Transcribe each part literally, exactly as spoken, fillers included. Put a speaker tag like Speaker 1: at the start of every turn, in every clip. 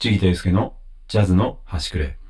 Speaker 1: 千木田祐介のジャズの端くれ。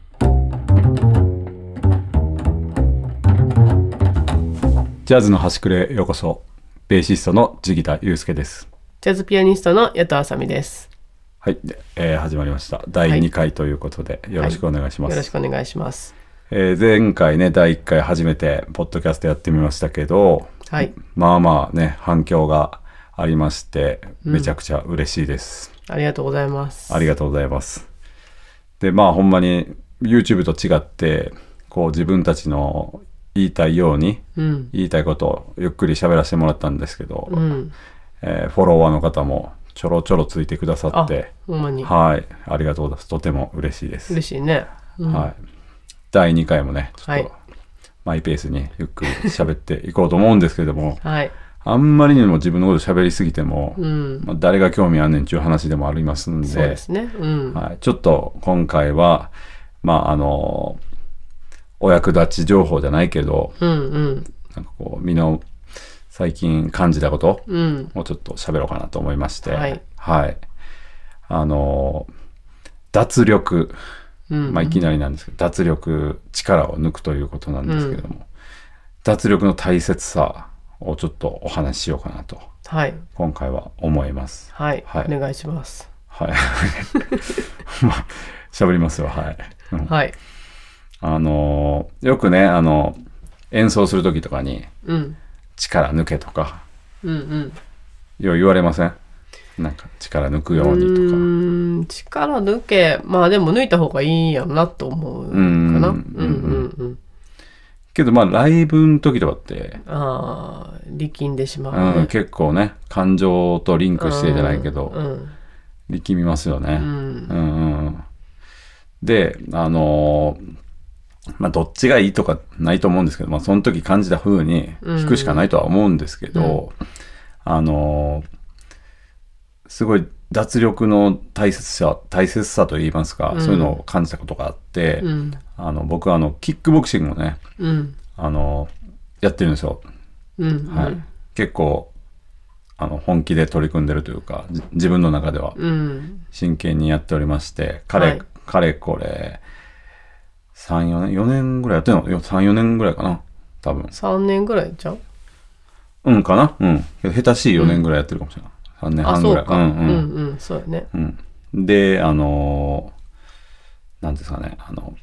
Speaker 1: ジャズの端くれへようこそ。ベーシストの千木田祐介です。
Speaker 2: ジャズピアニストの矢戸あさみです。
Speaker 1: はい、えー、始まりました。だいにかいということで、はい、よろしくお願いします、
Speaker 2: はい、よろしくお願いします。
Speaker 1: えー、前回ねだいいっかい初めてポッドキャストやってみましたけど、
Speaker 2: はい、
Speaker 1: まあまあね反響がありましてめちゃくちゃ嬉しいです、
Speaker 2: うん、ありがとうございます。
Speaker 1: ありがとうございます。でまあほんまに YouTube と違ってこう自分たちの言いたいように、うん、言いたいことをゆっくり喋らせてもらったんですけど、うんえー、フォロワーの方もちょろちょろついてくださって、
Speaker 2: ほんまに、
Speaker 1: はい、ありがとうございます。とても嬉しいです。
Speaker 2: 嬉しいね、
Speaker 1: うん、はい、だいにかいもねちょっと、はい、マイペースにゆっくり喋っていこうと思うんですけども、
Speaker 2: はい、
Speaker 1: あんまりにも自分のこと喋りすぎても、
Speaker 2: うん
Speaker 1: まあ、誰が興味あんねんっていう話でもありますんで、
Speaker 2: そうですね、うん
Speaker 1: はい、ちょっと今回はまああのお役立ち情報じゃないけど、
Speaker 2: うんうん、
Speaker 1: なんかこう身の最近感じたこと
Speaker 2: うん、
Speaker 1: をちょっと喋ろうかなと思いまして、
Speaker 2: はい、
Speaker 1: はい、あの脱力、うんまあ、いきなりなんですけど脱力力を抜くということなんですけども、うん、脱力の大切さをちょっとお話ししようかなと、
Speaker 2: はい、
Speaker 1: 今回は思います。
Speaker 2: はい、はい、お願いします。
Speaker 1: はいまあ喋りますよ。はい、うん、
Speaker 2: はい、
Speaker 1: あのよくねあの演奏する時とかに、
Speaker 2: うん、
Speaker 1: 力抜けとか、
Speaker 2: うんうん、
Speaker 1: よう言われません？なんか力抜くようにとか。う
Speaker 2: ーん力抜けまあでも抜いた方がいいんやろなと思うかな。うんうんうん。
Speaker 1: けどまあライブの時とかって
Speaker 2: ああ力んでしまう、ね
Speaker 1: うん、結構ね感情とリンクしてじゃないけど、うんうん、力みますよね。うんうんうん、であのー、まあどっちがいいとかないと思うんですけど、まあその時感じた風に弾くしかないとは思うんですけど、うん、あのー、すごい脱力の大切さ大切さといいますか、うん、そういうのを感じたことがあって、うん、あの僕はあのキックボクシングをね、うん、あのやってるんですよ、うんはい、結構あの本気で取り組んでるというか自分の中では真剣にやっておりまして、かれ、はい、かれこれさんよねんよねんぐらいやってるの さんよねんぐらいかな多分
Speaker 2: さんねんぐらいちゃう
Speaker 1: うんかなうん下手しいよねんぐらいやってるかもしれない、うん、さんねんはんぐらい。
Speaker 2: あそうか、うんうん、うんうんそうやね、
Speaker 1: うん、であのなんですかねあの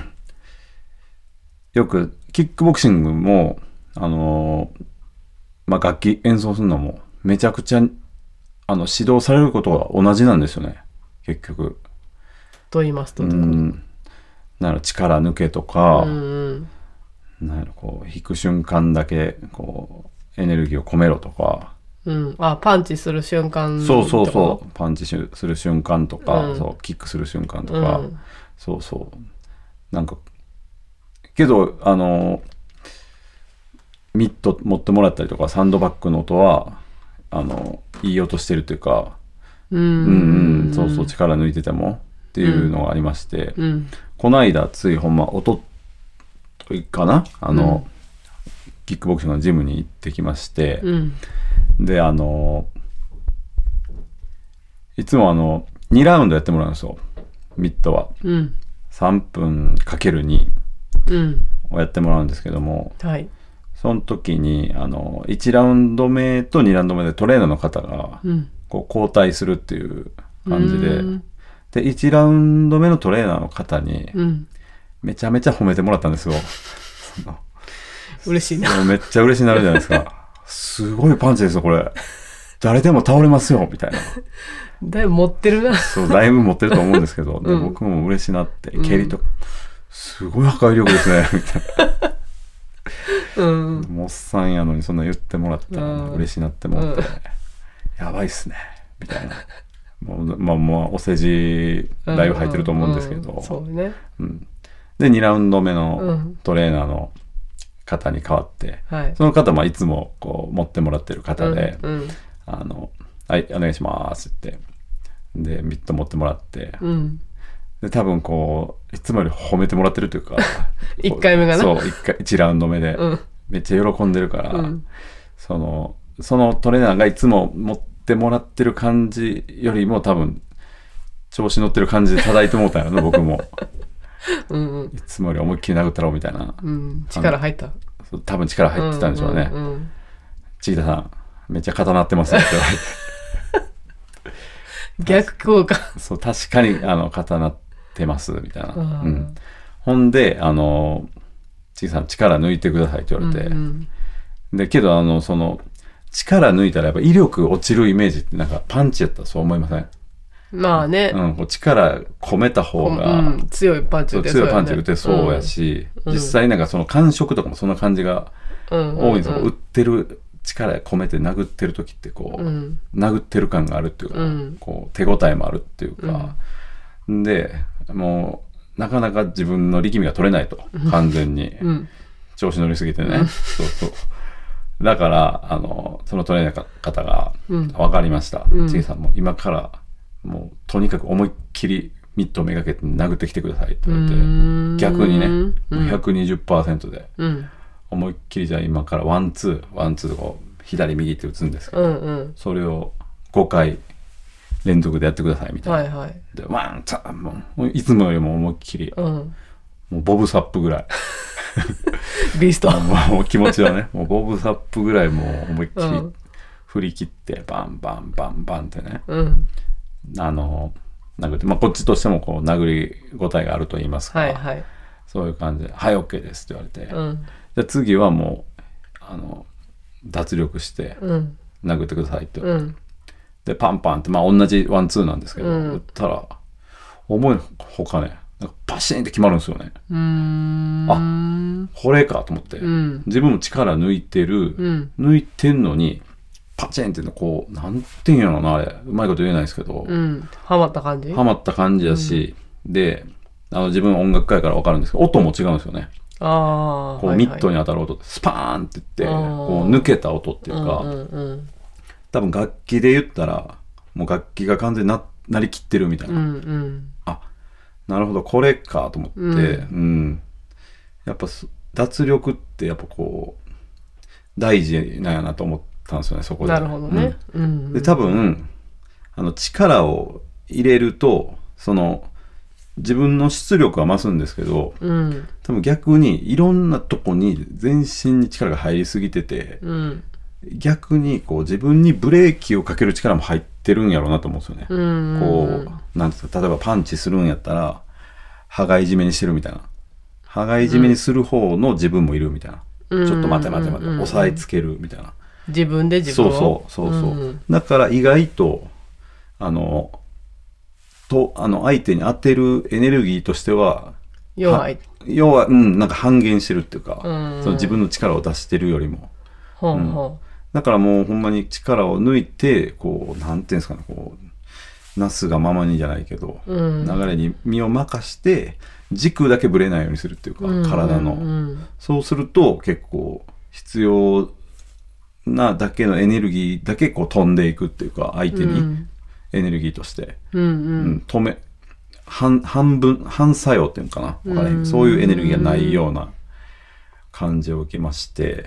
Speaker 1: よくキックボクシングもあのまあ楽器演奏するのもめちゃくちゃあの指導されることが同じなんですよね結局。
Speaker 2: と言いますとどういうこと？
Speaker 1: うんなる力抜けとか、
Speaker 2: うんうん、
Speaker 1: なんやろこう弾く瞬間だけこうエネルギーを込めろとか、
Speaker 2: うん、あパンチする瞬間
Speaker 1: そうそうそうパンチする瞬間とか、うん、そうキックする瞬間とか、うん、そうそうなんかけどあのミット持ってもらったりとかサンドバッグの音はあのいい音してるというか
Speaker 2: うんうん
Speaker 1: うんそうそう力抜いててもっていうのがありまして、
Speaker 2: うん、
Speaker 1: この間ついほんまおとといかなあの、うん、キックボクシングのジムに行ってきまして、うん、であのいつもあのにラウンドやってもらうんですよミットは、うん、さんぷんかけるにをやってもらうんですけども、
Speaker 2: はい、
Speaker 1: その時にあのいちラウンド目とにラウンド目でトレーナーの方がこう交代するっていう感じで、うん、でいちラウンド目のトレーナーの方にめちゃめちゃ褒めてもらったんですよ、
Speaker 2: うん、嬉しいな
Speaker 1: めっちゃ嬉しいなるじゃないですかすごいパンチですよこれ誰でも倒れますよみたいな
Speaker 2: だいぶ持ってるな
Speaker 1: そうだいぶ持ってると思うんですけど、うん、僕も嬉しいなって、うん、蹴りとすごい破壊力ですねみたいな、うん、もうおっさんやのにそんな言ってもらったら嬉しいなって思って、うん、やばいっすねみたいなもうまあもうお世辞だいぶ入ってると思うんですけど、
Speaker 2: うんうん、そうね、
Speaker 1: うん、でにラウンド目のトレーナーの方に代わって、うん、その方はいつもこう持ってもらってる方で、うんうん、あのはいお願いしますってでミット持ってもらって、うん、で多分こういつもより褒めてもらってるというか
Speaker 2: いっかいめがな
Speaker 1: そう いち, いちラウンド目で、うん、めっちゃ喜んでるから、うん、そのそのトレーナーがいつも持ってもらってる感じよりも多分調子乗ってる感じで叩いてもうたんやろな僕も
Speaker 2: うんうん、
Speaker 1: いつもより思いっきり殴ったろうみたいな、
Speaker 2: うん、力入った。
Speaker 1: 多分力入ってたんでしょうね。
Speaker 2: うんうんうん、
Speaker 1: ちぎたさんめっちゃ固なってますねって言われて
Speaker 2: 逆効果。
Speaker 1: そう確かにあの固なってますみたいな、うん、ほんであのちぎさん力抜いてくださいって言われて、うんうん、でけどあのその力抜いたらやっぱ威力落ちるイメージってなんかパンチやったらそう思いません？
Speaker 2: まあね、
Speaker 1: うん、こう力込めた方が、
Speaker 2: うん、強いパンチ打てそうやね。
Speaker 1: 強いパンチ打てそうやし、うん、実際なんかその感触とかもそんな感じが多いんですよ、うんうんうん、打ってる力込めて殴ってる時ってこう、うん、殴ってる感があるっていうか、うん、こう手応えもあるっていうか、うん、でもうなかなか自分の力みが取れないと完全に、うん、調子乗りすぎてね、うん、そうそうだからあのそのトレーナーの方が分かりました、うん、ちぎさんも今からもうとにかく思いっきりミットをめがけて殴ってきてくださいって言われて、逆にね、うん、ひゃくにじゅっパーセント で思いっきりじゃあ今からワンツーワンツーを左右って打つんですけど、うんうん、それをごかい連続でやってくださいみたいな、はいはい、でワンツーもういつもよりも思いっきり、うん、もうボブサップぐらい
Speaker 2: ビースト
Speaker 1: もう気持ちはねもうボブサップぐらいもう思いっきり振り切ってバンバンバンバンってね、うん、あの殴って、まあ、こっちとしてもこう殴り応えがあると言いますか、はいはい、そういう感じで「はい OK です」って言われて、うん、じゃあ次はもうあの脱力して殴ってくださいって、うん、でパンパンってまあ同じワンツーなんですけど、うん、打ったら思いほかねなんかパシーンって決まるんですよね。うーんあこれかと思って、うん、自分も力抜いてる、うん、抜いてんのにパチンっていうのこうなんていうんやろなあれうまいこと言えないですけど、うん、
Speaker 2: はまった感じ
Speaker 1: はまった感じだし、うん、であの自分音楽家やから分かるんですけど音も違うんですよね。あこう、はいはい、ミットに当たる音スパーンって言ってこう抜けた音っていうか、うんうんうん、多分楽器で言ったらもう楽器が完全に な, なりきってるみたいな、うんうん、あなるほどこれかと思って、うんうん、やっぱ脱力ってやっぱこう大事なんやなと思ったんですよねそこで。
Speaker 2: なるほどね、
Speaker 1: うんうん、で多分あの力を入れるとその自分の出力は増すんですけど、うん、多分逆にいろんなとこに全身に力が入りすぎてて、うん、逆にこう自分にブレーキをかける力も入ってるんやろうなと思うんですよね。うん、こうなんですか例えばパンチするんやったら羽交い締めにしてるみたいな羽交い締めにする方の自分もいるみたいな、うん、ちょっと待て待て待て、うん、押さえつけるみたいな
Speaker 2: 自分で自分を
Speaker 1: そうそうそうそう、うん、だから意外とあのとあの相手に当てるエネルギーとしては
Speaker 2: 弱い
Speaker 1: 弱い、うん、なんか半減してるっていうか、うん、その自分の力を出してるよりも、うんうん、だからもうほんまに力を抜いてこうなんていうんですかねこうなすがままにじゃないけど、うん、流れに身を任して軸だけぶれないようにするっていうか、うん、体の、うん、そうすると結構必要なだけのエネルギーだけこう飛んでいくっていうか相手に、うんエネルギーとして、うんうんうん、止め 半, 半分半作用っていうのかな分からへん、うん、そういうエネルギーがないような感じを受けまして。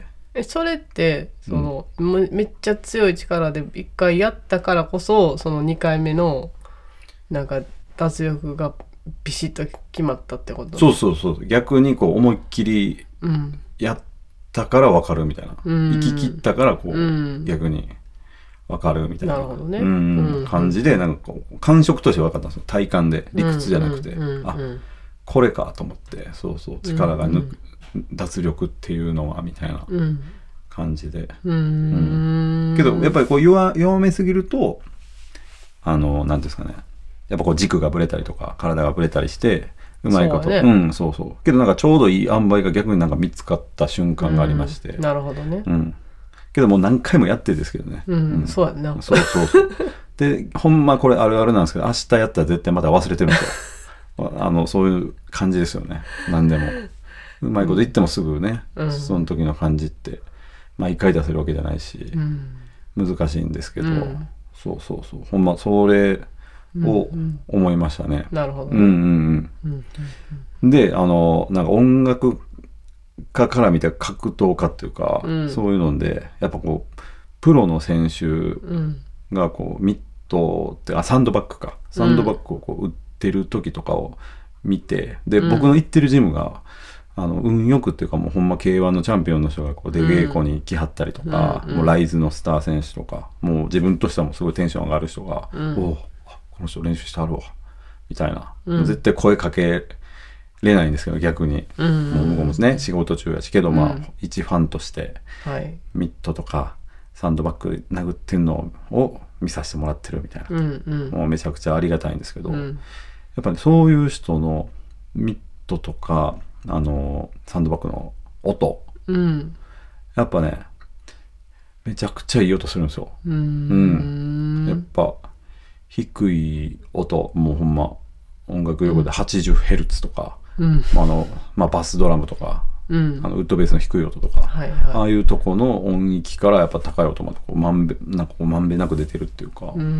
Speaker 2: えそれってその、うん、めっちゃ強い力でいっかいやったからこそそのにかいめのなんか脱力がビシッと決まったってこと？
Speaker 1: そうそうそう逆にこう思いっきりやったから分かるみたいな、うん、行き切ったからこう、うん、逆に分かるみたいな、なるほどね、うんうん、感じでなんかこう感触として分かったんですよ体感で理屈じゃなくて、うんうんうん、あこれかと思ってそうそう力が抜く、うんうん、脱力っていうのはみたいな感じで、うんうん、けどやっぱりこう 弱, 弱めすぎるとあのなんですかねやっぱこう軸がぶれたりとか体がぶれたりしてうまいこと そう,、ね、うん、そうそうけどなんかちょうどいい塩梅が逆になんか見つかった瞬間がありまして、
Speaker 2: うん、なるほどね、
Speaker 1: うんけどもう何回もやってですけどね、
Speaker 2: うんうん、そうやんな
Speaker 1: そうそうそうでほんまこれあるあるなんですけど明日やったら絶対また忘れてるんですよあのそういう感じですよね何でもうまいこと言ってもすぐね、うん、その時の感じって毎回出せるわけじゃないし、うん、難しいんですけど、うん、そうそうそうほんまそれを思いましたね、うんうん、
Speaker 2: なるほど、
Speaker 1: ね、うんうんうん、うんうん、であのなんか音楽家から見て格闘家っていうか、うん、そういうのでやっぱこうプロの選手がこうミットってあサンドバッグかサンドバッグをこう売ってる時とかを見て、で僕の行ってるジムがあの運よくっていうかもうほんま ケーワン のチャンピオンの人がこう出稽古に来はったりとか、うん、もうライズのスター選手とかもう自分としてはもうすごいテンション上がる人が、うん、おおこの人練習してはるわみたいな、うん、絶対声かけれないんですけど逆に、うん、もう僕もね仕事中やしけど、まあ、うん、一ファンとして、はい、ミットとかサンドバッグ殴ってんのを見させてもらってるみたいな、うんうん、もうめちゃくちゃありがたいんですけど、うん、やっぱり、ね、そういう人のミットとかあのサンドバッグの音、うん、やっぱねめちゃくちゃいい音するんですよ。うん、うん、やっぱ低い音もうほんま音楽用語で はちじゅっヘルツ とか、うん、あのまあ、バスドラムとか、うん、あのウッドベースの低い音とか、はいはい、ああいうとこの音域からやっぱ高い音までこうまんべなんかこうまんべんなく出てるっていうか、うん、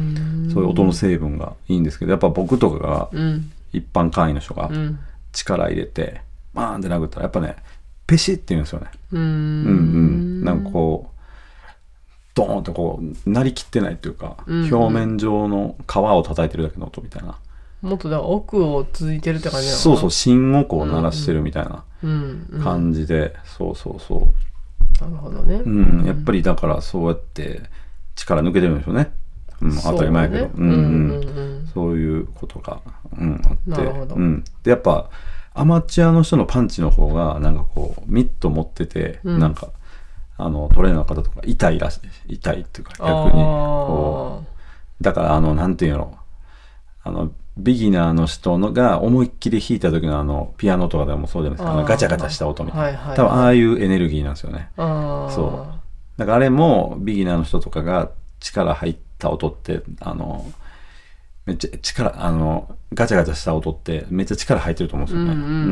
Speaker 1: そういう音の成分がいいんですけどやっぱ僕とかが、うん、一般会員の人が力入れてバーンって殴ったらやっぱねペシッって言うんですよね。うん、うんうんなんかこうドーンとこう鳴りきってないっていうか、うんうん、表面上の皮を叩いてるだけの音みたいな。
Speaker 2: もっとだから奥を続いてるって感じなのかな。
Speaker 1: そうそう芯をこう鳴らしてるみたいな感じで、うんうん、そうそうそう
Speaker 2: なるほどね、
Speaker 1: うん、やっぱりだからそうやって力抜けてるんでしょうね、うん、当たり前やけどそう、ねうんうんうん、そういうことが、うん、あってなるほど、うん、でやっぱアマチュアの人のパンチの方がなんかこうミット持ってて、うん、なんかあのトレーナーの方とか痛いらしい痛いっていうか逆にこうだからあのなんていうのあのビギナーの人のが思いっきり弾いた時のあのピアノとかでもそうじゃないですかあのガチャガチャした音みたいな、はいはいはい、多分ああいうエネルギーなんですよね。そうだからあれもビギナーの人とかが力入った音ってあのめっちゃ力あのガチャガチャした音ってめっちゃ力入ってると思うんですよね。うん、うんうん、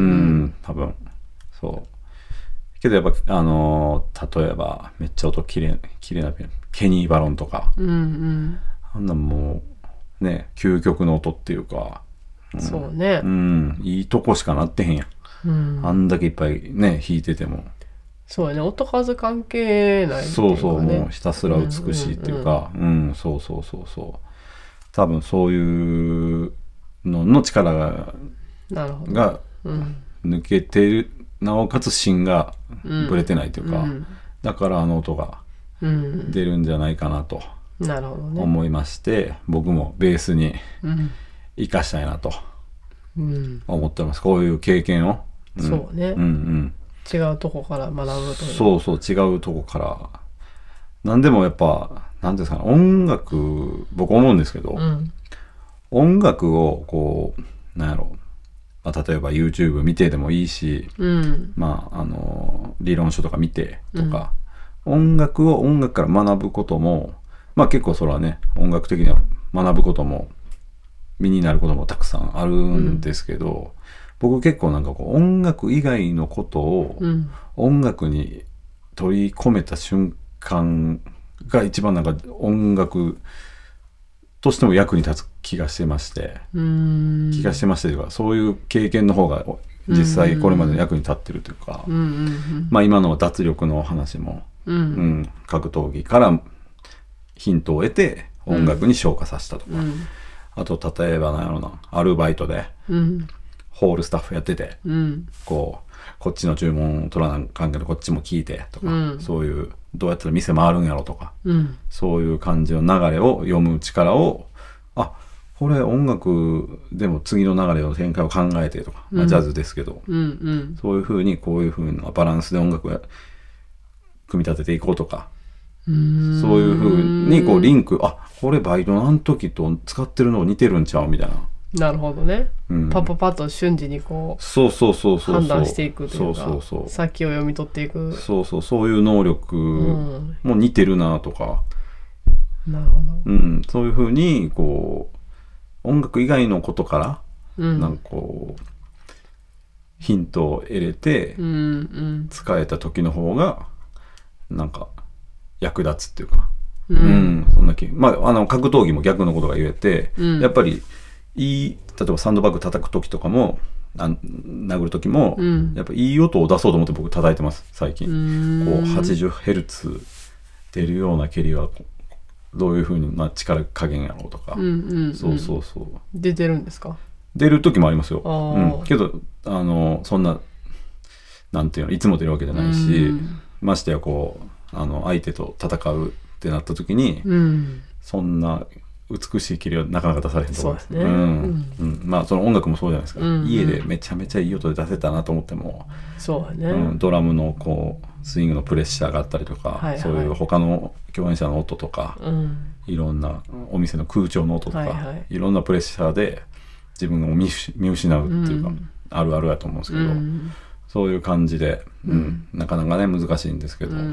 Speaker 1: 多分そうけどやっぱあの例えばめっちゃ音きれいきれいなピアノケニー・バロンとか、うんうん、あんなんもうね、究極の音っていうか、
Speaker 2: うん、そうね、
Speaker 1: うん、いいとこしかなってへんやん、うん、あんだけいっぱいね弾いてても
Speaker 2: そうやね音数関係ないっていうか、ね、
Speaker 1: そうそうもうひたすら美しいっていうか、うん、うんうん、そうそうそうそう多分そういうのの力が
Speaker 2: なるほど
Speaker 1: が抜けてるなおかつ芯がぶれてないというか、うん、だからあの音が出るんじゃないかなと、
Speaker 2: なるほどね、
Speaker 1: 思いまして僕もベースに生かしたいなと思ってます、うん、こういう経験を、
Speaker 2: うん、そうね、うんうん、違うとこから学ぶという
Speaker 1: そうそう違うとこから何でもやっぱ何ですかね音楽僕思うんですけど、うん、音楽をこうなんやろ、まあ、例えば YouTube 見てでもいいし、うん、まああの理論書とか見てとか、うん、音楽を音楽から学ぶこともまあ結構それはね音楽的には学ぶことも身になることもたくさんあるんですけど、うん、僕結構なんかこう音楽以外のことを音楽に取り込めた瞬間が一番なんか音楽としても役に立つ気がしてましてうん気がしてましてというかそういう経験の方が実際これまで役に立ってるというか、うんうんうん、まあ今のは脱力の話も、うんうん、格闘技からヒントを得て音楽に昇華させたとか、うん、あと例えばなんやろなアルバイトでホールスタッフやってて、うん、こうこっちの注文を取らなあかんけどこっちも聞いてとか、うん、そういうどうやったら店回るんやろとか、うん、そういう感じの流れを読む力をあこれ音楽でも次の流れの展開を考えてとか、まあ、ジャズですけど、うんうん、そういうふうにこういうふうなバランスで音楽を組み立てていこうとかそういうふうにこうリンクあこれバイトのあの時と使ってるの似てるんちゃうみたいな
Speaker 2: なるほどね、うん、パッパパッと瞬時にこう
Speaker 1: そうそうそうそう
Speaker 2: 判断していくというか
Speaker 1: そうそうそう
Speaker 2: 先を読み取っていく
Speaker 1: そうそうそういう能力も似てるなとか、
Speaker 2: うん、なるほど、
Speaker 1: うん、そういうふうにこう音楽以外のことから、うん、なんかこうヒントを得れて、うんうん、使えた時の方がなんか役立つっていうか、うん、うん、そんな気、まああの格闘技も逆のことが言えて、うん、やっぱりいい例えばサンドバッグ叩く時とかもあ殴る時も、うん、やっぱいい音を出そうと思って僕叩いてます最近。こう はちじゅっヘルツ 出るような蹴りはどういうふうに、まあ、力加減やろうとか、
Speaker 2: うんうんうん、
Speaker 1: そうそうそう
Speaker 2: 出てるんですか？
Speaker 1: 出る時もありますよ、
Speaker 2: うん、
Speaker 1: けどあのそんななんていうのいつも出るわけじゃないし、うん、ましてやこうあの相手と戦うってなった時に、うん、そんな美しい霧はなかなか出されへんと思います。そうですね、うんうん、まあその音楽もそうじゃないですか、うんうん、家でめちゃめちゃいい音で出せたなと思っても、
Speaker 2: そうね、
Speaker 1: うん、ドラムのこうスイングのプレッシャーがあったりとか、はいはい、そういう他の共演者の音とか、うん、いろんなお店の空調の音とか、はいはい、いろんなプレッシャーで自分を見失うっていうか、うん、あるあるやと思うんですけど、うん、そういう感じで、うんうん、なかなかね難しいんですけど、うんうん、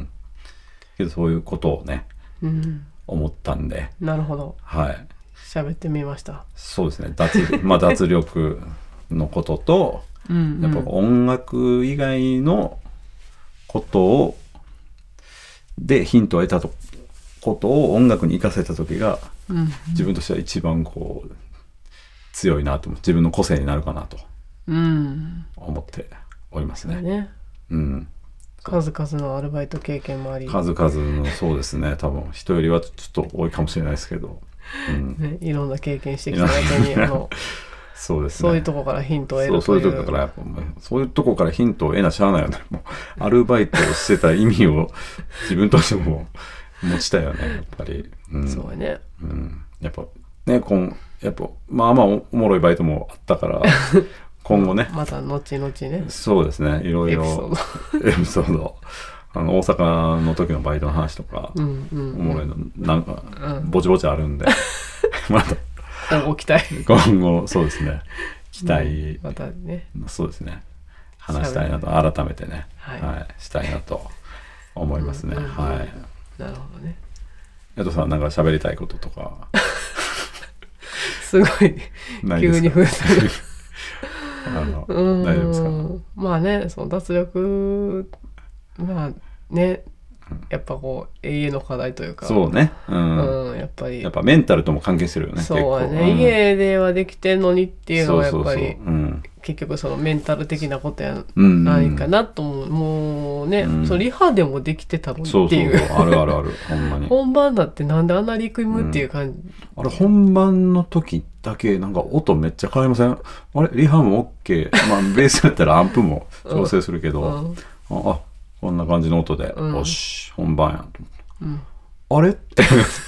Speaker 1: けどそういうことをね、うん、思ったんで、
Speaker 2: なるほど、
Speaker 1: はい、
Speaker 2: 喋ってみました。
Speaker 1: そうですね、脱、まあ、脱力のこととうん、うん、やっぱ音楽以外のことをでヒントを得たとことを音楽に生かせた時が、うんうん、自分としては一番こう強いなと思う、自分の個性になるかなと思っておりますね。うんね、
Speaker 2: うん、数々のアルバイト経験もあり、
Speaker 1: 数々のそうですね、多分人よりはちょっと多いかもしれないですけど、
Speaker 2: うんね、いろんな経験してきただけにあの
Speaker 1: そうですね、
Speaker 2: そういうとこからヒントを得るという、
Speaker 1: そう、そういうとこからやっぱそういうとこからヒントを得なしゃあないよね。もうアルバイトをしてた意味を自分としても持ちたいよね、やっぱり。うん、
Speaker 2: そうね。
Speaker 1: うん、やっぱね、こんやっぱまあまあおもろいバイトもあったから今後ね。
Speaker 2: また後々ね。
Speaker 1: そうですね、いろいろエピソード。あの大阪の時のバイトの話とか、うんうんうん、おもろいのなんか、うん、ぼちぼちあるんでまた。
Speaker 2: 今後期待
Speaker 1: 今後そうですね期待、うん、
Speaker 2: またね
Speaker 1: そうですね話したいなと改めてね、はいはい、したいなと思いますね、うんうんうん、はい
Speaker 2: なるほどね。
Speaker 1: ヤトさんなんか喋りたいこととか
Speaker 2: すごい急に増えたる
Speaker 1: あの大丈夫ですか？
Speaker 2: まあねその脱力まあねやっぱこう永遠の課題というか
Speaker 1: そうね、うん
Speaker 2: うん、やっぱり
Speaker 1: やっぱメンタルとも関係してるよね。
Speaker 2: そうね、うん、家ではできてんのにっていうのはやっぱり結局そのメンタル的なことやないかなと思う、うん、もうね、うん、そのリハでもできてたのにっていう
Speaker 1: そうそうそうあるあるあるほんまに
Speaker 2: 本番だってなんであんな力むっていう感じ、
Speaker 1: うん、あれ本番の時だけなんか音めっちゃ変わりません？あれリハも OK まあベースやったらアンプも調整するけど、うん、ああこんな感じの音で、うん、よし本番やと思って、うん、あれって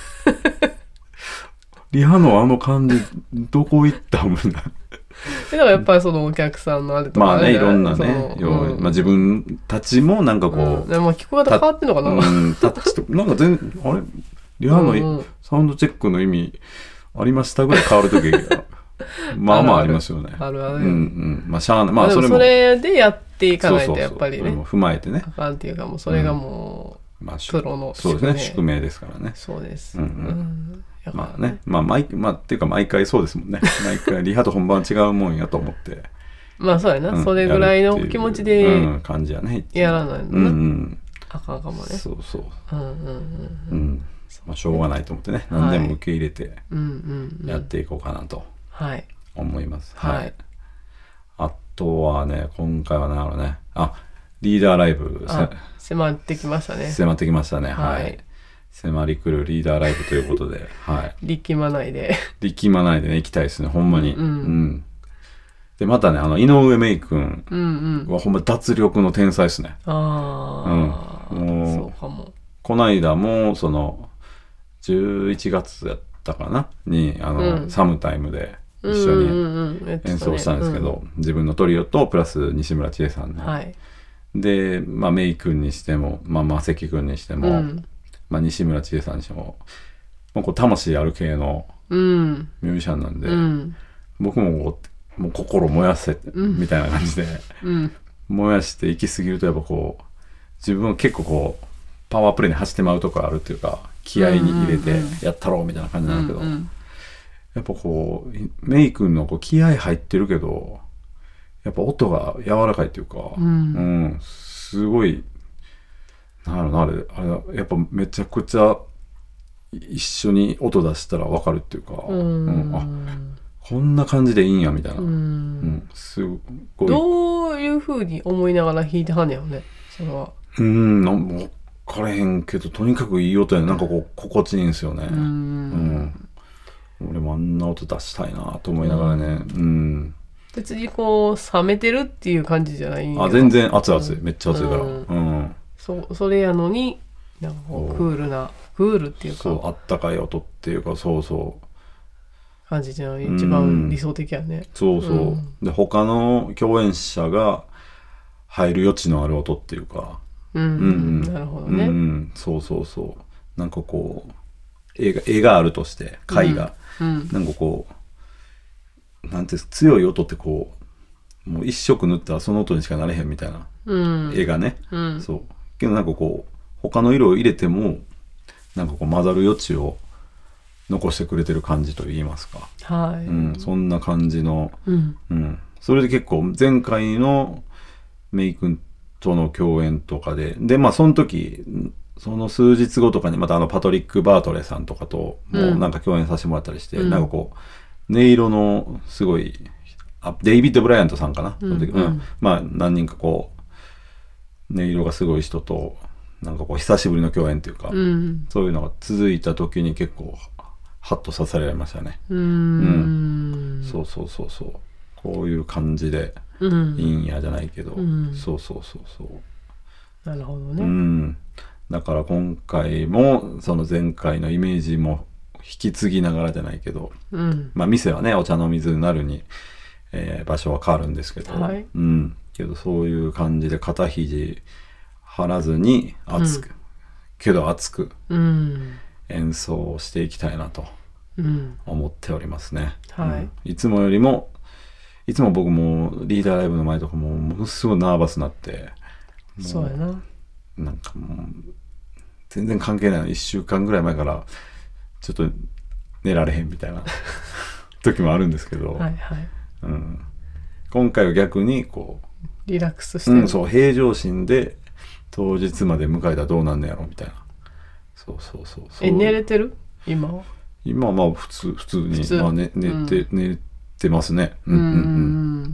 Speaker 1: リハのあの感じどこ行ったみたいな
Speaker 2: でもやっぱりそのお客さんのあれとか、
Speaker 1: ね、まあねいろんなね、うんまあ、自分たちもなんかこう、うん、
Speaker 2: でも聞こえ方変わってんのかな、
Speaker 1: うん、タッチとなんか全然あれリハのサウンドチェックの意味ありましたぐらい変わる時がまあまあありますよね。
Speaker 2: あるある。
Speaker 1: うんうん。まあしゃあない。まあ
Speaker 2: それもそれでやっていかないとやっぱりね。
Speaker 1: そうそうそう踏まえてね。
Speaker 2: あかんっていうかもうそれがもう、うんまあ、プロの
Speaker 1: 宿命。そうですね。宿命ですからね。
Speaker 2: そうです。
Speaker 1: うんうんうん、まあね。まあ毎まあっていうか毎回そうですもんね。毎回リハと本番違うもんやと思って。
Speaker 2: まあそうやな、うん。それぐらいの気持ちで、
Speaker 1: うん、感じやね。
Speaker 2: やらないのな。うんうん、あかんかもね。
Speaker 1: そうそう。うんうんうん。うんまあ、しょうがないと思ってね、何でも受け入れてやっていこうかなと思います。はい。はい、あとはね、今回は何だろうね、あ、リーダーライブ
Speaker 2: 迫ってきましたね。
Speaker 1: 迫ってきましたね。はい。はい、迫り来るリーダーライブということで、はい。
Speaker 2: 力まないで。
Speaker 1: 力まないでね、行きたいですね、ほんまに。うん、うんうん。で、またね、あの、井上芽衣くんはほんま脱力の天才ですね。
Speaker 2: ああ、うん。もう、そうかも。
Speaker 1: この間も、その、じゅういちがつやったかなにあの、うん、サムタイムで一緒に演奏したんですけど、うんうんうん、自分のトリオとプラス西村千恵さんの、はい、で、まあ、メイ君にしても、まあ、マセキ君にしても、うんまあ、西村千恵さんにしても、もうこう魂ある系のミュージシャンなんで、うん、僕もこうもう心燃やせみたいな感じで、うん、燃やして行き過ぎるとやっぱこう自分は結構こうパワープレイに走ってまうとこあるっていうか気合に入れてやったろうみたいな感じなんだけど、うんうん、やっぱこうメイ君のこう気合入ってるけどやっぱ音が柔らかいっていうか、うんうん、すごいなんだろうなあれあれやっぱめちゃくちゃ一緒に音出したら分かるっていうか、うんうん、あこんな感じでいいんやみたいな、うんうん、すごい
Speaker 2: どういう風に思いながら弾いてはんねやろねそれは。
Speaker 1: うんなんかからへんけど、とにかくいい音やね。なんかこう、心地いいんですよね。うん。うん俺もあんな音出したいなと思いながらね。うん。うん、
Speaker 2: 別にこう、冷めてるっていう感じじゃないんや。
Speaker 1: あ、全然熱々、うん、めっちゃ熱いから。うん。うん、
Speaker 2: そ, それやのに、なんかこう、クールな、クールっていうか。
Speaker 1: そう、あったかい音っていうか、そうそう。
Speaker 2: 感じじゃない一番理想的やね。
Speaker 1: そうそう。うん、で、他の共演者が入る余地のある音っていうか。
Speaker 2: うん。うん、なるほどね、うん。
Speaker 1: そうそうそう。なんかこう、絵が、絵があるとして、絵が。うん、なんかこう、なんていう強い音ってこう、もう一色塗ったらその音にしかなれへんみたいな。うん、絵がね、うん。そう。けどなんかこう、他の色を入れても、なんかこう混ざる余地を残してくれてる感じと言いますか。はい。うん、そんな感じの、うん。うん。それで結構前回のメイ君との共演とかで、で、まあその時、その数日後とかにまたあのパトリック・バートレさんとかともうなんか共演させてもらったりして、うん、なんかこう、音色のすごい、あデイビッド・ブライアントさんかな、うん、その時、うんうん、まあ何人かこう、音色がすごい人と、なんかこう久しぶりの共演っていうか、うん、そういうのが続いた時に結構、ハッとさせられましたね。うん,、うん。そうそうそうそう。こういう感じで、いいんやじゃないけど、うん、そうそうそうそう。
Speaker 2: なるほどね。
Speaker 1: うん。だから今回もその前回のイメージも引き継ぎながらじゃないけど、うん、まあ店はねお茶の水になるに、えー、場所は変わるんですけど、はい、うん、けどそういう感じで肩肘張らずに熱く、うん、けど熱く演奏していきたいなと思っておりますね。うんはい、いつもよりもいつも僕もリーダーライブの前とかもものすごいナーバスになって、
Speaker 2: そうやな。
Speaker 1: なんかもう全然関係ないのいっしゅうかんぐらい前からちょっと寝られへんみたいな時もあるんですけど、はいはい、うん、今回は逆にこう
Speaker 2: リラックスしてる、
Speaker 1: うん、そう平常心で当日まで迎えたらどうなんのやろみたいな。そうそうそうそう。
Speaker 2: え寝れてる今は？
Speaker 1: 今はまあ普通普通にまあ、ね、寝て、うん、寝てますね。うんうんうん。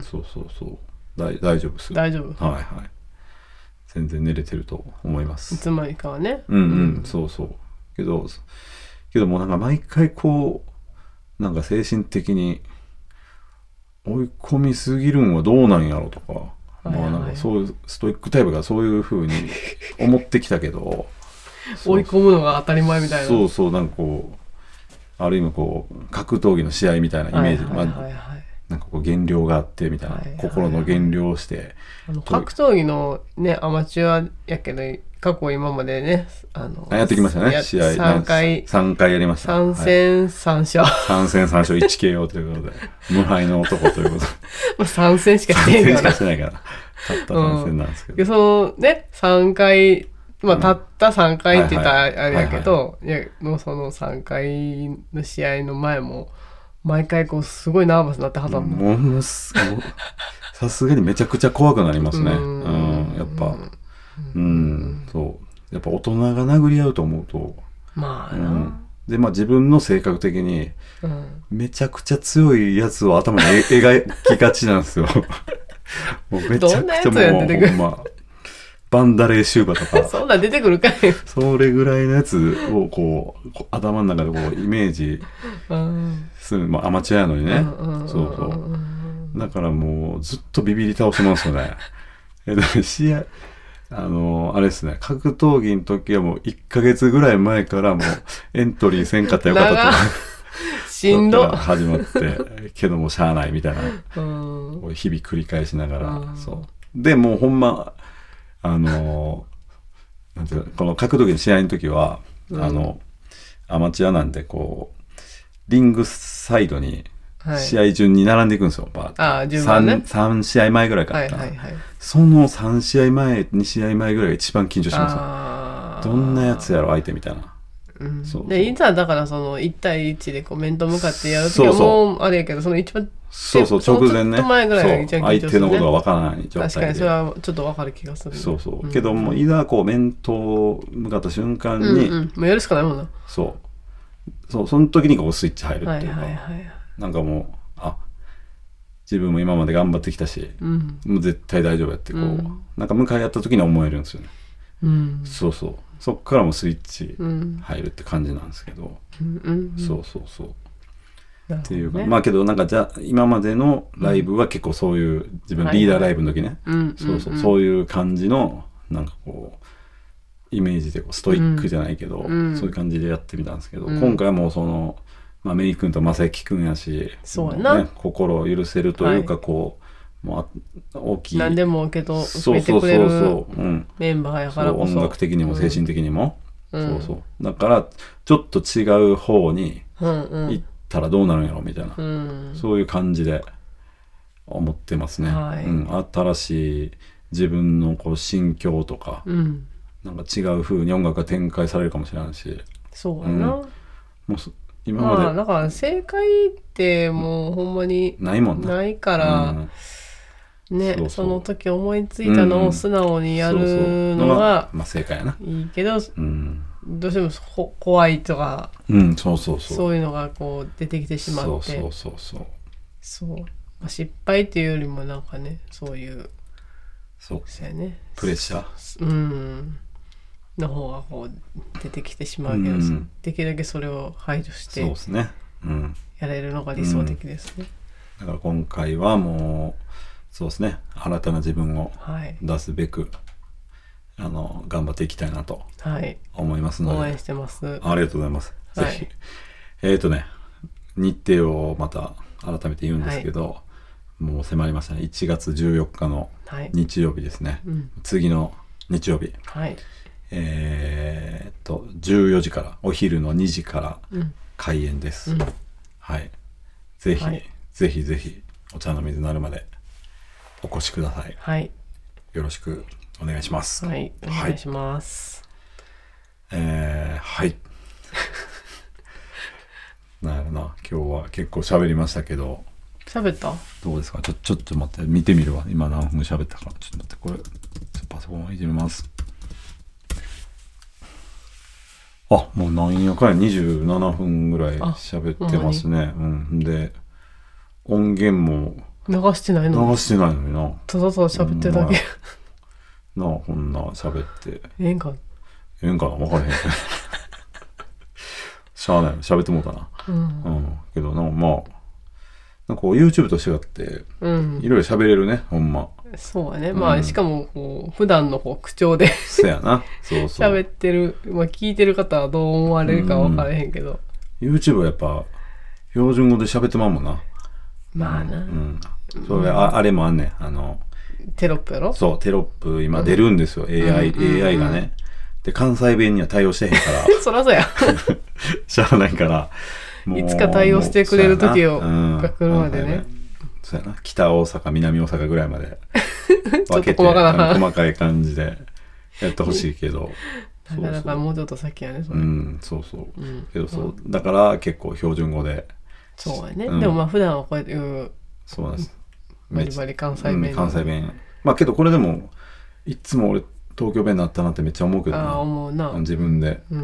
Speaker 1: そうそうそう大大丈夫です。
Speaker 2: 大丈夫。
Speaker 1: はいはい。全然寝れてると思います。
Speaker 2: いつまでかはね。
Speaker 1: うんうん、うん、そうそう。けど、けどもうなんか毎回こう、なんか精神的に追い込みすぎるんはどうなんやろとか、はいはい、まあなんかそういうストイックタイプがそういう風に思ってきたけど、
Speaker 2: 追い込むのが当たり前みたいな。
Speaker 1: そうそう、なんかこう、ある意味こう、格闘技の試合みたいなイメージ。はいはいはいはい、まあなんかこう減量があってみたいな、はいはいはい、心の減量をして
Speaker 2: あの格闘技のねアマチュアやけど過去今までねあの
Speaker 1: あやってきましたね試合
Speaker 2: さんかい
Speaker 1: さんかいやりました。
Speaker 2: さん戦さん勝、
Speaker 1: はい、さん戦さん勝 いちケーオー ということで無敗の男ということで
Speaker 2: まあさん戦しかしてないから
Speaker 1: さん戦しかしてないからたったさん戦なんですけど、
Speaker 2: うん、そのねさんかいまあ、たったさんかいって言ったらあれだけど、いやのそのさんかいの試合の前も毎回こうすごいナーバスになってはたんだ。
Speaker 1: ものすごいさすがにめちゃくちゃ怖くなりますね。うん、うん、やっぱうん、うん、そうやっぱ大人が殴り合うと思うと
Speaker 2: まあな、うん、
Speaker 1: でまあ自分の性格的にめちゃくちゃ強いやつを頭に描きがちなんですよもうめちゃくちゃもうほんまバンダレーシューバとか
Speaker 2: そんなん出てくるかい
Speaker 1: それぐらいのやつをこう頭の中でこうイメージする、まあ、アマチュアやのにね、そうそうだからもうずっとビビり倒してますよねえでも試合あのあれですね格闘技の時はもういっかげつぐらい前からもうエントリーせんかったらよかったと
Speaker 2: しんど
Speaker 1: 始まってけどもしゃあないみたいな日々繰り返しながらそうでもうほんまあのなんていうかこの格闘技の試合の時は、うん、あのアマチュアなんでこうリングサイドに試合順に並んでいくんですよ、はい、
Speaker 2: あ順番ね、
Speaker 1: さん試合前ぐらいから、はいはいはい、そのさん試合前に試合前ぐらいが一番緊張しますよ。どんなやつやろ相手みたいな、
Speaker 2: うん、そうそうでいざだからそのいち対いちでこう面と向かってやるときはもうあれやけどその一番
Speaker 1: そうそう直前ね
Speaker 2: ちょっと前ぐらいが一番緊張する、ね、
Speaker 1: 相手のことが分からない状態で
Speaker 2: 確かにそれはちょっと分かる気がする、ね、
Speaker 1: そうそう、うん、けどもいざこう面と向かった瞬間に、うん
Speaker 2: うん、もうやるしかないもんな。
Speaker 1: そうそうその時にこうスイッチ入るっていうか、はいはいはい、なんかもうあ自分も今まで頑張ってきたし、うん、もう絶対大丈夫やってこう、うん、なんか向かい合った時に思えるんですよね、うん、そうそうそっからもスイッチ入るって感じなんですけど、
Speaker 2: うんうんうん、
Speaker 1: そうそうそう、
Speaker 2: ね、
Speaker 1: っていうかまあけどなんかじゃあ今までのライブは結構そういう自分リーダーライブの時ね、そうそうそういう感じのなんかこうイメージでこうストイックじゃないけど、うん、そういう感じでやってみたんですけど、うん、今回はもうその、まあ、メイ君と正樹君やし、
Speaker 2: そうやな、
Speaker 1: ね、心を許せるというかこう、はい、もう大きい
Speaker 2: 何でもけど受けてくれるメンバーやからこそ、
Speaker 1: 音楽的にも精神的にも、うん、そうそうだからちょっと違う方に行ったらどうなるんやろみたいな、うん、そういう感じで思ってますね、はい、うん、新しい自分のこう心境とか、うん、なんか違う風に音楽が展開されるかもしれないし、
Speaker 2: そうやな、うん、も
Speaker 1: う今まで、
Speaker 2: まあ、だから正解ってもうほんまに
Speaker 1: ないもんな、
Speaker 2: ないから、うん、ね、そうそう、その時思いついたのを素直にやるのが
Speaker 1: まあ正解やな、
Speaker 2: いいけど、うん、どうしてもほ怖いとか、
Speaker 1: うん、そうそうそう、
Speaker 2: そういうのがこう出てきてしまって、
Speaker 1: そうそうそうそう、
Speaker 2: そう、まあ、失敗っていうよりもなんかね、そういう
Speaker 1: そう
Speaker 2: そうやね、
Speaker 1: プレッシャー、
Speaker 2: うんの方がこう出てきてしまうけど、うん、できるだけそれを排除して
Speaker 1: そうですね、うん、
Speaker 2: やれるのが理想的ですね、
Speaker 1: うん、だから今回はもうそうですね、新たな自分を出すべく、はい、あの頑張っていきたいなと思いますので、
Speaker 2: はい、応援してます。
Speaker 1: ありがとうございます、はい、ぜひえっ、ー、とね日程をまた改めて言うんですけど、はい、もう迫りましたね、いちがつじゅうよっかの日曜日ですね、はい、うん、次の日曜日、はい、えー、っとじゅうよじからお昼のにじから開演です、うん、はい、ぜひ、はい、ぜひぜひお茶の水なるまでお越しください、はい、よろしくお願いします。
Speaker 2: はい、お願いします、
Speaker 1: はい、えー、はいなんやろな、今日は結構喋りましたけど、
Speaker 2: 喋った？
Speaker 1: どうですか？ちょちょっと待って、見てみるわ、今何分喋ったか。ちょっと待って、これパソコンをいじめます。あ、もうなんやかんやにじゅうななふんぐらい喋ってますね。うん。で、音源も
Speaker 2: 流してないの？
Speaker 1: 流してないのにな。
Speaker 2: ただただ喋ってるだけ。
Speaker 1: なあ、こんな喋って。
Speaker 2: ええんか
Speaker 1: ええんかな、分からへん。しゃあない、喋ってもうたな。うん。うん。けどな、まあ、なんかこう YouTube と違って、うん、いろいろ喋れるね、ほんま。
Speaker 2: そうやね。まあ、うん、しかもこう普段のこう口調で
Speaker 1: そうやな。そうそう。
Speaker 2: 喋ってる、まあ聞いてる方はどう思われるか分からへんけど。
Speaker 1: うん、YouTube はやっぱ標準語で喋ってまうもんな。
Speaker 2: まあな。うん。
Speaker 1: それ、うん、あ, あれもあんねん。あの
Speaker 2: テロップやろ？
Speaker 1: そう、テロップ今出るんですよ。うん、エーアイ、うん、エーアイ がね。で関西弁には対応してへんから。
Speaker 2: そらそうや。
Speaker 1: しゃあないから。
Speaker 2: いつか対応してくれる時をが来るまでね。
Speaker 1: そうやな、北大阪南大阪ぐらいまで
Speaker 2: 分けて細かな
Speaker 1: 細かい感じでやってほしいけど
Speaker 2: なかなかもうちょっと先やねそれ。
Speaker 1: うん、そうそう、うん、けどそう、だから結構標準語で
Speaker 2: そうやね、うん、でもまあ普段はこうやって言う
Speaker 1: そうなんです
Speaker 2: バリバリ関西弁、
Speaker 1: うん、関西弁まあけどこれでもいつも俺東京弁になったなってめっちゃ思うけどな。
Speaker 2: あ思うな
Speaker 1: 自分で、うんうん、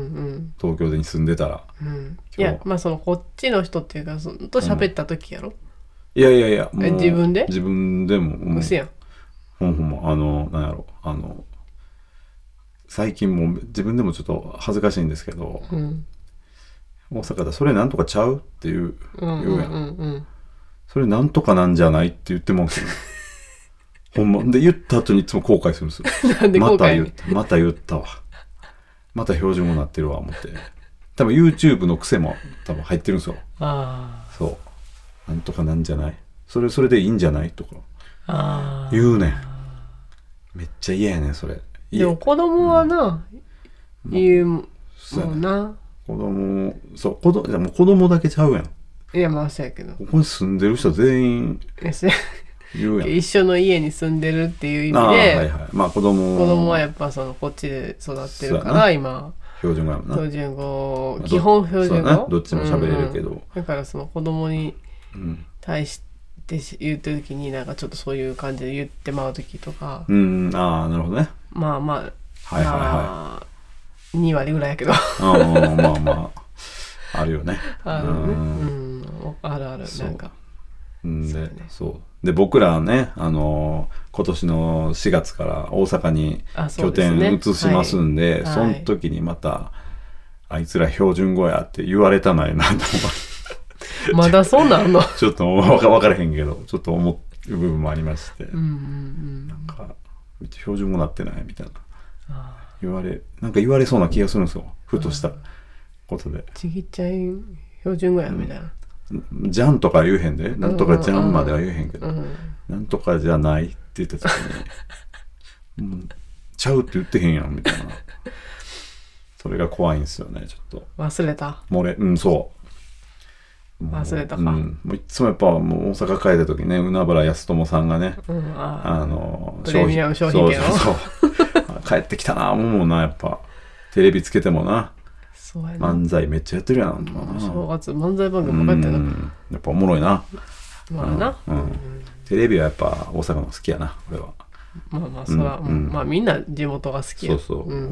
Speaker 1: 東京でに住んでたら、
Speaker 2: うん、いやまあそのこっちの人っていうかそのと喋った時やろ、うん、
Speaker 1: いやいやいや
Speaker 2: もう自分で
Speaker 1: 自分でももう
Speaker 2: うせやん
Speaker 1: ほんほんまあのなんやろあの最近もう自分でもちょっと恥ずかしいんですけど、うん、大阪でそれなんとかちゃうっていう、うんうんうんうん、言うやんそれなんとかなんじゃないって言ってますよほんまで言った後にいつも後悔するんですよ。
Speaker 2: なんで後悔？
Speaker 1: また言った、また言ったわ。また標準語になってるわ思って。多分 YouTube の癖も多分入ってるんですよ。ああ。そう。なんとかなんじゃない？それそれでいいんじゃない？とか。ああ。言うねん。めっちゃ嫌やねんそれ。
Speaker 2: でも子供はな、うん、言うもんな。
Speaker 1: 子供そう子供でも子供だけちゃうやん。
Speaker 2: いやまあそうやけど。
Speaker 1: ここに住んでる人全員。
Speaker 2: 言うやん一緒の家に住んでるっていう意味で、
Speaker 1: はいはい、まあ子供
Speaker 2: 子供はやっぱそのこっちで育ってるから今
Speaker 1: 標準語やもんな
Speaker 2: 標準語基本標準語、
Speaker 1: まあ、ど, どっちも喋れるけど、うんうん、
Speaker 2: だからその子供に対して言ってる時になんかちょっとそういう感じで言ってまう時とか
Speaker 1: うんああなるほどね
Speaker 2: まあまあはいはいはい、まあ、にわりぐらいやけどあ
Speaker 1: まあまああるよね
Speaker 2: あるねうんあるあるなんか
Speaker 1: んで、ね、そうで僕らね、あのー、今年のしがつから大阪に拠点移しますんで、そ, で、ねはい、その時にまたあいつら標準語やって言われたないなと思って
Speaker 2: まだそんなんの
Speaker 1: ちょっと分からへんけどちょっと思う部分もありまして、
Speaker 2: うんうんうん、
Speaker 1: なんか標準語なってないみたいな言われなんか言われそうな気がするんですよ、ふとしたことで。
Speaker 2: ちぎっちゃい標準語やみたいな、
Speaker 1: うん、じゃんとか言えへんで、なんとかじゃんまでは言えへんけど、うんうん、なんとかじゃないって言った時にもうちゃうって言ってへんやんみたいなそれが怖いんですよね。ちょっと
Speaker 2: 忘れた
Speaker 1: 漏れうんそう
Speaker 2: 忘れたか、
Speaker 1: うん、もういつもやっぱもう大阪帰った時ね、海原康友さんがね、うん、あ, あの
Speaker 2: プレミアム商品券を
Speaker 1: そうそうそう帰ってきたな思うな、やっぱテレビつけてもな、
Speaker 2: そうや
Speaker 1: な漫才めっちゃやってるやん、
Speaker 2: まあ、正月漫才番組もかってな、
Speaker 1: やっぱおもろいな、
Speaker 2: まあな、
Speaker 1: うんうん、テレビはやっぱ大阪の好きやな俺は。
Speaker 2: まあまあそら、うん、まあみんな地元が好きや。
Speaker 1: そうそう、うん、うん、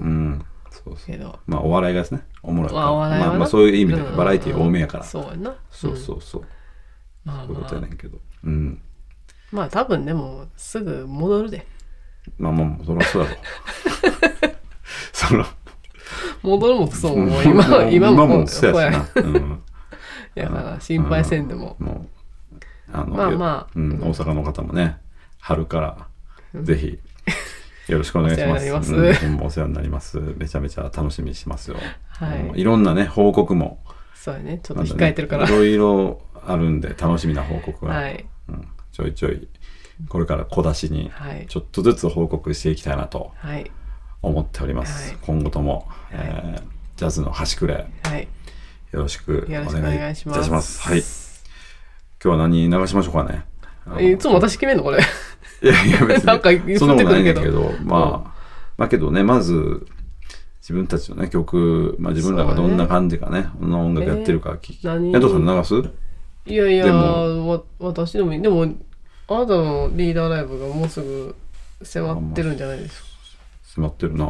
Speaker 1: そうそう
Speaker 2: けど
Speaker 1: まあお笑いがですねおもろいから、
Speaker 2: まあお笑いはな、
Speaker 1: まあ、まあそういう意味でバラエティー多めやから、
Speaker 2: うんうん、そうやな、
Speaker 1: そうそうそう、うん、
Speaker 2: まあまあ、
Speaker 1: そういうことやねんけど、うん、
Speaker 2: まあ多分でもすぐ戻るで。
Speaker 1: まあまあそらそうやろそら
Speaker 2: 戻るもクソももう今は今も
Speaker 1: もそうやしな、うん、
Speaker 2: だから心配せんでも、
Speaker 1: うん、もうあの
Speaker 2: まあまあ、
Speaker 1: うん、大阪の方もね春からぜひよろしくお願いします。
Speaker 2: お世話になります、
Speaker 1: うん、お世話になります。めちゃめちゃ楽しみにしますよ。
Speaker 2: はい。
Speaker 1: いろんなね報告も
Speaker 2: そうやね、ちょっと控えてるから、
Speaker 1: ね、いろいろあるんで楽しみな報告が、
Speaker 2: はい
Speaker 1: うん、ちょいちょいこれから小出しにちょっとずつ報告していきたいなと思っております。はい、今後とも、はいえー、ジャズの端くれ、はい、よろしくお願いいたします。ます。はい。今日は何流しましょうかね。
Speaker 2: いつも私決めんのこれ。
Speaker 1: いやいや別に
Speaker 2: なんか
Speaker 1: そんなことないんだけど、まあ、まあけどね、まず自分たちのね曲、まあ自分らがどんな感じかね、どんな音楽やってるか聞き。えー、どうさん流す？
Speaker 2: いやいや、わ私でもいい。でもあなたのリーダーライブがもうすぐ迫ってるんじゃないですか。
Speaker 1: 迫ってるな。うん、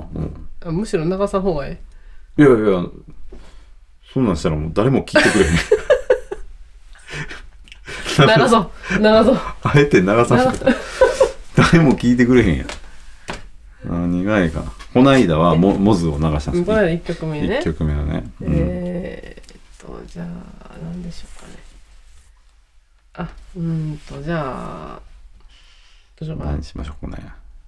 Speaker 2: あむしろ流さん方がい
Speaker 1: い。いやいや、そんなんしたらもう誰も聞いてくれへん。
Speaker 2: 流そう流そう。
Speaker 1: あえて流させて。誰も聞いてくれへんやん。何がいいかな。この間はモモズを流したんです。
Speaker 2: この間いっきょくめね。
Speaker 1: いっきょくめはね。
Speaker 2: うん、えーっとじゃあ何でしょうかね。あうんとじゃあどうしようかな。
Speaker 1: 何しましょうかね。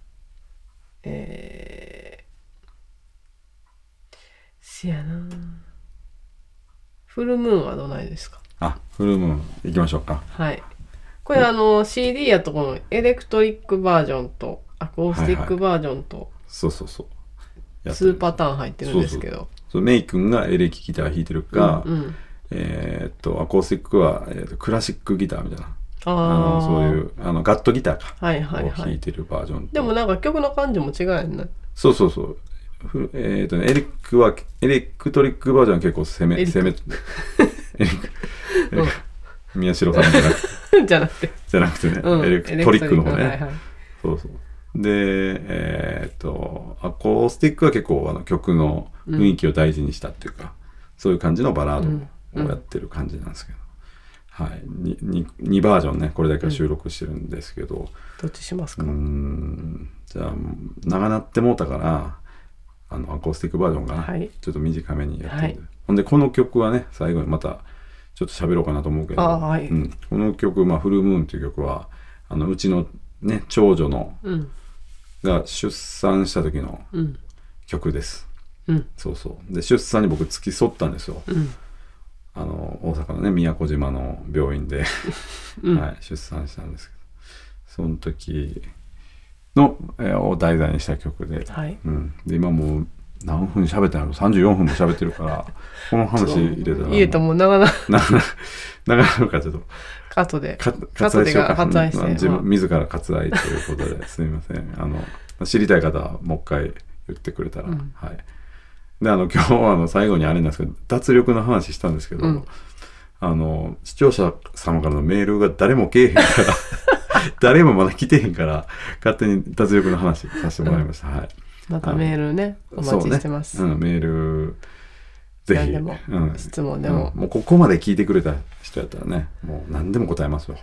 Speaker 2: えー、しやな。フルムーンはどないですか。
Speaker 1: あフルムーン行きましょうか。
Speaker 2: はい。これあの シーディー やとこのエレクトリックバージョンとアコースティックバージョンと、はいはい、
Speaker 1: そうそうそう
Speaker 2: 数パターン入ってるんですけど、そう
Speaker 1: そうメイ君がエレキギター弾いてるか、うんうん、えー、っとアコースティックは、えー、っとクラシックギターみたいなあのそういうあのガットギターか、
Speaker 2: はいはいはい、
Speaker 1: を弾いてるバージョン。
Speaker 2: でもなんか曲の感じも違うやんな。
Speaker 1: そうそうそうえー、っとねエレクはエレクトリックバージョンは結構攻め攻めエレク宮代さんじゃなくて
Speaker 2: じゃなくて
Speaker 1: じゃなくてね、うん、エレクトリックの方ね、はいはい、そうそうでえー、っとアコースティックは結構あの曲の雰囲気を大事にしたっていうか、うん、そういう感じのバラードをやってる感じなんですけど、うんうん、はい 2, 2バージョンねこれだけは収録してるんですけど、うん、
Speaker 2: どっちしますか。
Speaker 1: うーんじゃあ長なってもうたからあのアコースティックバージョンがちょっと短めにやってるんで、はい、ほんでこの曲はね最後にまたちょっと喋ろうかなと思うけど、
Speaker 2: はい、
Speaker 1: うん、この曲、まあ、フルムーンっていう曲はあのうちの、ね、長女の、うん、が出産した時の曲です、うん、そうそうで出産に僕付き添ったんですよ、うん、あの大阪のね宮古島の病院で、うんはい、出産したんですけどその時の、えー、を題材にした曲で、はいうん、で今もう何分喋ってないのさんじゅうよんぷんも喋ってるからこの話入れたら
Speaker 2: 入れたも長な
Speaker 1: 長なるかちょっと
Speaker 2: カットで
Speaker 1: カ割愛しようか
Speaker 2: 割愛して、
Speaker 1: 自分自ら割愛ということですみませんあの知りたい方はもう一回言ってくれたら、うん、はいであの今日はあの最後にあれなんですけど脱力の話したんですけど、うん、あの視聴者様からのメールが誰も来えへんから誰もまだ来てへんから勝手に脱力の話させてもらいました、うん、はい
Speaker 2: またメールねお待ちしてます、
Speaker 1: ねうん、メールぜひ
Speaker 2: 何でも、うん、質問でも、
Speaker 1: うん、もうここまで聞いてくれた人やったらねもう何でも答えますよ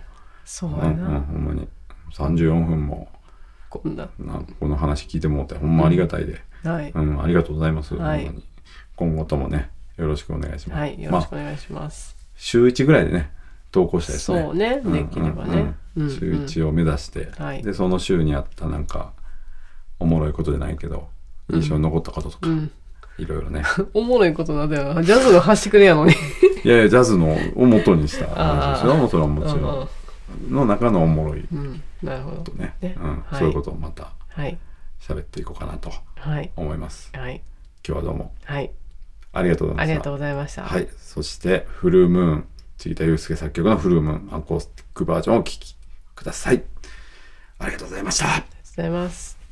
Speaker 2: そうやな、
Speaker 1: うんうん、ほんまにさんじゅうよんふんも
Speaker 2: こんな
Speaker 1: なこの話聞いてもらってほんまありがたいで、
Speaker 2: うん、はい、
Speaker 1: うん、ありがとうございます、
Speaker 2: はい、
Speaker 1: ほんまに今後ともねよろしくお願いします。
Speaker 2: はい、よろしくお願いします。
Speaker 1: まあ、週いちぐらいでね投稿したいですね。
Speaker 2: そうね、できればね。
Speaker 1: うんうんうん、週いちを目指して、はい、でその週にあったなんかおもろいことじゃないけど印象に残ったこととか、うん、いろいろね。
Speaker 2: おもろいことなんだよな。ジャズの端くれやのに。
Speaker 1: いやいやジャズのを元にした話ですよ。もちろんもちろんの中のおもろいことね、うんなるほどね、ね、うんはい、そういうことをまた喋っていこうかなと思います。はい、今日はどうも、はい、ありがとうございました。
Speaker 2: ありがとうございました。
Speaker 1: はい、そしてフルームーン杉田祐介作曲のフルームーンアコースティックバージョンをお聴きください。ありがとうございました。ありがとうございます。